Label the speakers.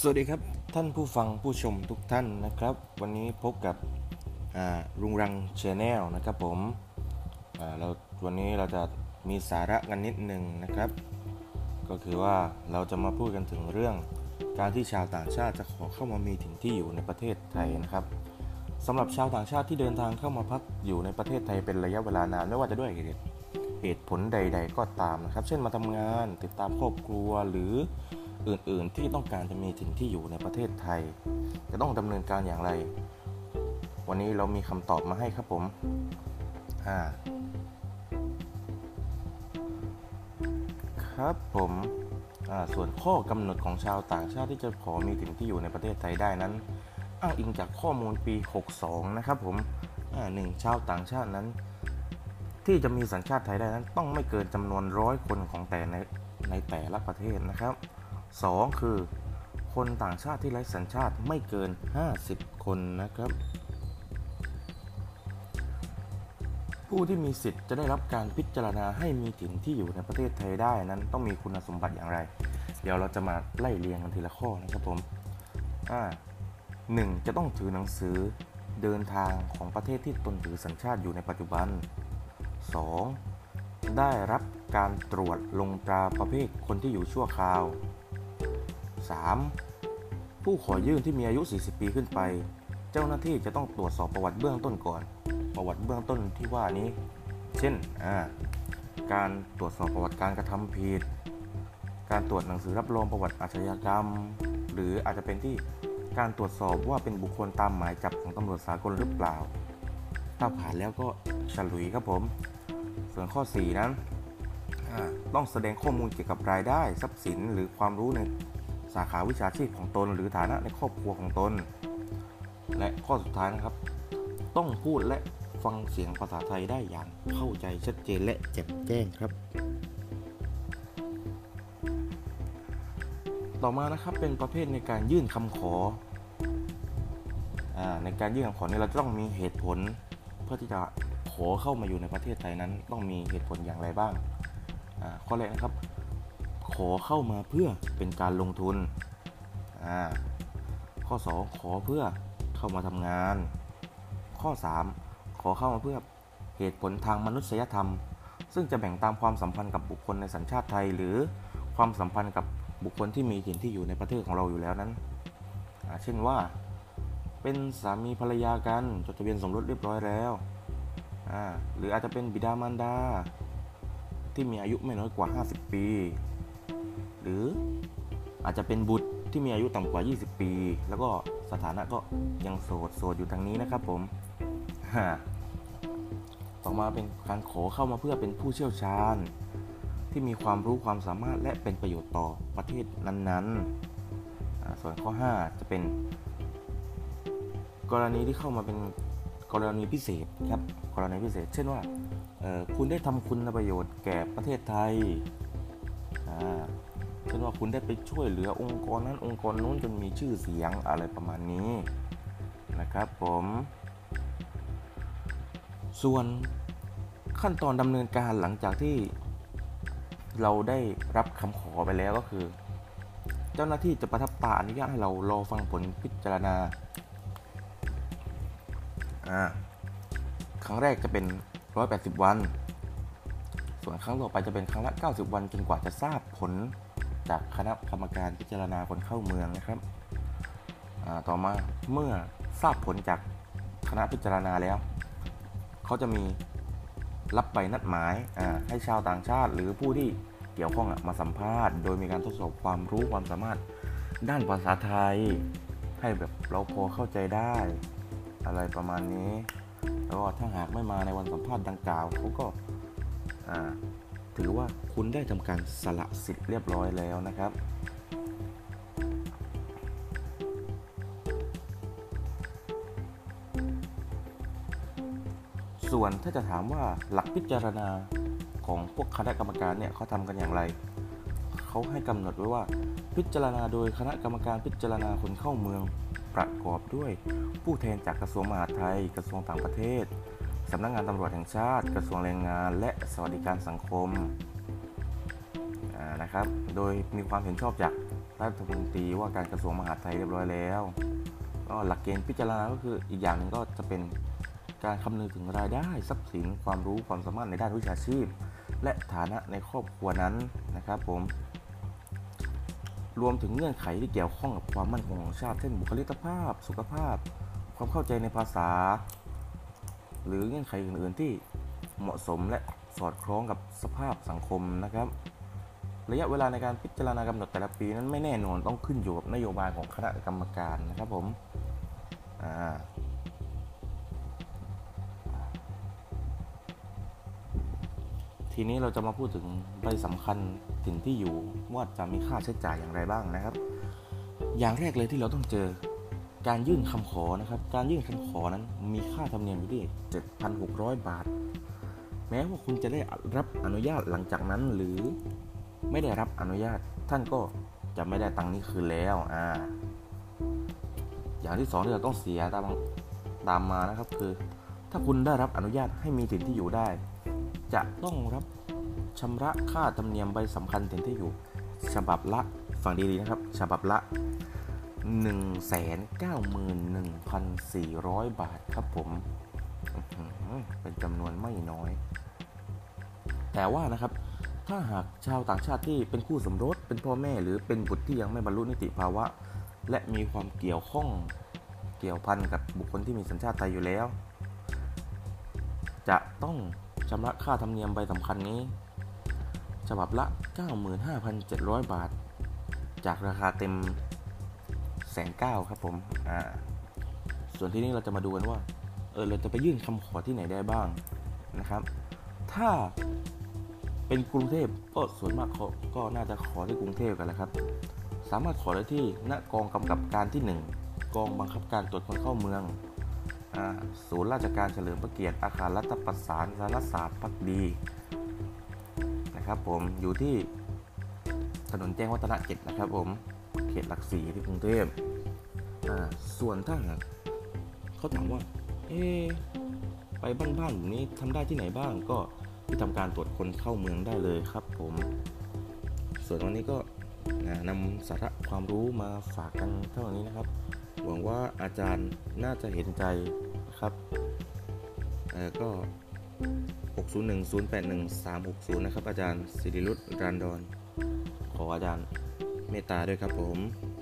Speaker 1: สวัสดีครับท่านผู้ฟังผู้ชมทุกท่านนะครับวันนี้พบกับรุงรังชาแนลนะครับผมวันนี้เราจะมีสาระกันนิดนึงนะครับก็คือว่าเราจะมาพูดกันถึงเรื่องการที่ชาวต่างชาติจะขอเข้ามามีถิ่นที่อยู่ในประเทศไทยนะครับสำหรับชาวต่างชาติที่เดินทางเข้ามาพักอยู่ในประเทศไทยเป็นระยะเวลานานไม่ว่าจะด้วยเหตุผลใดๆก็ตามนะครับเช่นมาทำงานติดตามครอบครัวหรืออื่นๆที่ต้องการจะมีถิ่นที่อยู่ในประเทศไทยจะต้องดำเนินการอย่างไรวันนี้เรามีคำตอบมาให้ครับผมครับผมส่วนข้อกำหนดของชาวต่างชาติที่จะขอมีถิ่นที่อยู่ในประเทศไทยได้นั้นอ้างอิงจากข้อมูลปี62นะครับผม1ชาวต่างชาตินั้นที่จะมีสัญชาติไทยได้นั้นต้องไม่เกินจำนวน100คนของในแต่ละประเทศนะครับ2คือคนต่างชาติที่ไร้สัญชาติไม่เกิน50คนนะครับผู้ที่มีสิทธิ์จะได้รับการพิจารณาให้มีถิ่นที่อยู่ในประเทศไทยได้นั้นต้องมีคุณสมบัติอย่างไรเดี๋ยวเราจะมาไล่เรียงกันทีละข้อนะครับผม1จะต้องถือหนังสือเดินทางของประเทศที่ตนถือสัญชาติอยู่ในปัจจุบัน2ได้รับการตรวจลงตราประเภทคนที่อยู่ชั่วคราว3ผู้ขอยื่นที่มีอายุ40ปีขึ้นไปเจ้าหน้าที่จะต้องตรวจสอบประวัติเบื้องต้นก่อนประวัติเบื้องต้นที่ว่านี้เช่นการตรวจสอบประวัติการกระทำผิดการตรวจหนังสือรับรองประวัติอาชญากรรมหรืออาจจะเป็นที่การตรวจสอบว่าเป็นบุคคลตามหมายจับของตำรวจสากลหรือเปล่าถ้าผ่านแล้วก็ฉลุยครับผมส่วนข้อ4นั้นต้องแสดงข้อมูลเกี่ยวกับรายได้ทรัพย์สินหรือความรู้ในสาขาวิชาชีพของตนหรือฐานะในครอบครัวของตนและข้อสุดท้ายนะครับต้องพูดและฟังเสียงภาษาไทยได้อย่างเข้าใจชัดเจนและแจ่มแจ้งครับต่อมานะครับเป็นประเภทในการยื่นคำขอในการยื่นคำขอนี้เราจะต้องมีเหตุผลเพื่อที่จะขอเข้ามาอยู่ในประเทศไทยนั้นต้องมีเหตุผลอย่างไรบ้างข้อแรกนะครับขอเข้ามาเพื่อเป็นการลงทุนข้อ2ขอเพื่อเข้ามาทำงานข้อ3ขอเข้ามาเพื่อเหตุผลทางมนุษยธรรมซึ่งจะแบ่งตามความสัมพันธ์กับบุคคลในสัญชาติไทยหรือความสัมพันธ์กับบุคคลที่มีถิ่นที่อยู่ในประเทศของเราอยู่แล้วนั้นเช่นว่าเป็นสามีภรรยากันจดทะเบียนสมรสเรียบร้อยแล้วหรืออาจจะเป็นบิดามารดาที่มีอายุไม่น้อยกว่า50ปีหรืออาจจะเป็นบุตรที่มีอายุต่ำกว่า20ปีแล้วก็สถานะก็ยังโสดอยู่ทางนี้นะครับผมต่อมาเป็นการขอเข้ามาเพื่อเป็นผู้เชี่ยวชาญที่มีความรู้ความสามารถและเป็นประโยชน์ต่อประเทศนั้นๆส่วนข้อ5จะเป็นกรณีที่เข้ามาเป็นกรณีพิเศษครับกรณีพิเศษเช่นว่าคุณได้ทำคุณประโยชน์แก่ประเทศไทยเช่นว่าคุณได้ไปช่วยเหลือองค์กรนั้นองค์กรนู้นจนมีชื่อเสียงอะไรประมาณนี้นะครับผมส่วนขั้นตอนดำเนินการหลังจากที่เราได้รับคำขอไปแล้วก็คือเจ้าหน้าที่จะประทับตราอนุญาตให้เรารอฟังผลพิจารณาครั้งแรกจะเป็น180วันส่วนครั้งต่อไปจะเป็นครั้งละ90วันจนกว่าจะทราบผลจากคณะกรรมการพิจารณาคนเข้าเมืองนะครับต่อมาเมื่อทราบผลจากคณะพิจารณาแล้วเขาจะมีรับใบนัดหมายให้ชาวต่างชาติหรือผู้ที่เกี่ยวข้องมาสัมภาษณ์โดยมีการทดสอบความรู้ความสามารถด้านภาษาไทยให้แบบเราพอเข้าใจได้อะไรประมาณนี้แล้วก็ถ้าหากไม่มาในวันสัมภาษณ์ดังกล่าวเขาก็ถือว่าคุณได้ทำการสละสิทธิ์เรียบร้อยแล้วนะครับส่วนถ้าจะถามว่าหลักพิจารณาของพวกคณะกรรมการเนี่ยเขาทำกันอย่างไรเขาให้กำหนดไว้ว่าพิจารณาโดยคณะกรรมการพิจารณาคนเข้าเมืองประกอบด้วยผู้แทนจากกระทรวงมหาดไทยกระทรวงต่างประเทศสำนักงานตำรวจแห่งชาติกระทรวงแรงงานและสวัสดิการสังคมนะครับโดยมีความเห็นชอบจากรัฐมนตรีว่าการกระทรวงมหาดไทยเรียบร้อยแล้วก็หลักเกณฑ์พิจารณาก็คืออีกอย่างหนึ่งก็จะเป็นการคำนึงถึงรายได้ทรัพย์สินความรู้ความสามารถในด้านวิชาชีพและฐานะในครอบครัวนั้นนะครับผมรวมถึงเงื่อนไขที่เกี่ยวข้องกับความมั่นคงของชาติเช่นบุคลิกภาพสุขภาพความเข้าใจในภาษาหรือเงื่อนไขอื่นๆที่เหมาะสมและสอดคล้องกับสภาพสังคมนะครับระยะเวลาในการพิจารณากำหนดแต่ละปีนั้นไม่แน่นอนต้องขึ้นอยู่กับนโยบายของคณะกรรมการนะครับผมทีนี้เราจะมาพูดถึงใบสำคัญถิ่นที่อยู่ว่าจะมีค่าใช้จ่ายอย่างไรบ้างนะครับอย่างแรกเลยที่เราต้องเจอการยื่นคำขอนะครับการยื่นคำขอนั้นมีค่าธรรมเนียมอยู่ที่ 7,600 บาทแม้ว่าคุณจะได้รับอนุญาตหลังจากนั้นหรือไม่ได้รับอนุญาตท่านก็จะไม่ได้ตังค์นี้คืนแล้วอย่างที่สองที่เราต้องเสียตามมานะครับคือถ้าคุณได้รับอนุญาตให้มีถิ่นที่อยู่ได้จะต้องรับชำระค่าธรรมเนียมใบสำคัญถิ่นที่อยู่ฉบับละฟังดีๆนะครับฉบับละ 191,400 บาทครับผมเป็นจำนวนไม่น้อยแต่ว่านะครับถ้าหากชาวต่างชาติที่เป็นคู่สมรสเป็นพ่อแม่หรือเป็นบุตรที่ยังไม่บรรลุนิติภาวะและมีความเกี่ยวพันกับบุคคลที่มีสัญชาติไทยอยู่แล้วจะต้องชำระค่าธรรมเนียมใบสำคัญนี้ฉบับละ 95,700 บาทจากราคาเต็ม 190,000 ครับผมส่วนที่นี้เราจะมาดูกันว่าเราจะไปยื่นคำขอที่ไหนได้บ้างนะครับถ้าเป็นกรุงเทพก็ส่วนมากเขาก็น่าจะขอที่กรุงเทพกันแหละครับสามารถขอได้ที่ณกองกำกับการที่1กองบังคับการตรวจคนเข้าเมืองศูนย์ราชการเฉลิมพระเกียรติอาคารรัฐประศานสารศาสตร์ภักดีนะครับผมอยู่ที่ถนนแจ้งวัฒนะ7นะครับผมเขตหลัก4ที่กรุงเทพส่วนถ้าหากเขาถามว่าไปบ้านๆนี้ทำได้ที่ไหนบ้างก็ที่ทำการตรวจคนเข้าเมืองได้เลยครับผมส่วนวันนี้ก็นำสาระความรู้มาฝากกันเท่านี้นะครับหวังว่าอาจารย์น่าจะเห็นใจครับก็601081360นะครับอาจารย์ศิริรุตรันดรขออาจารย์เมตตาด้วยครับผม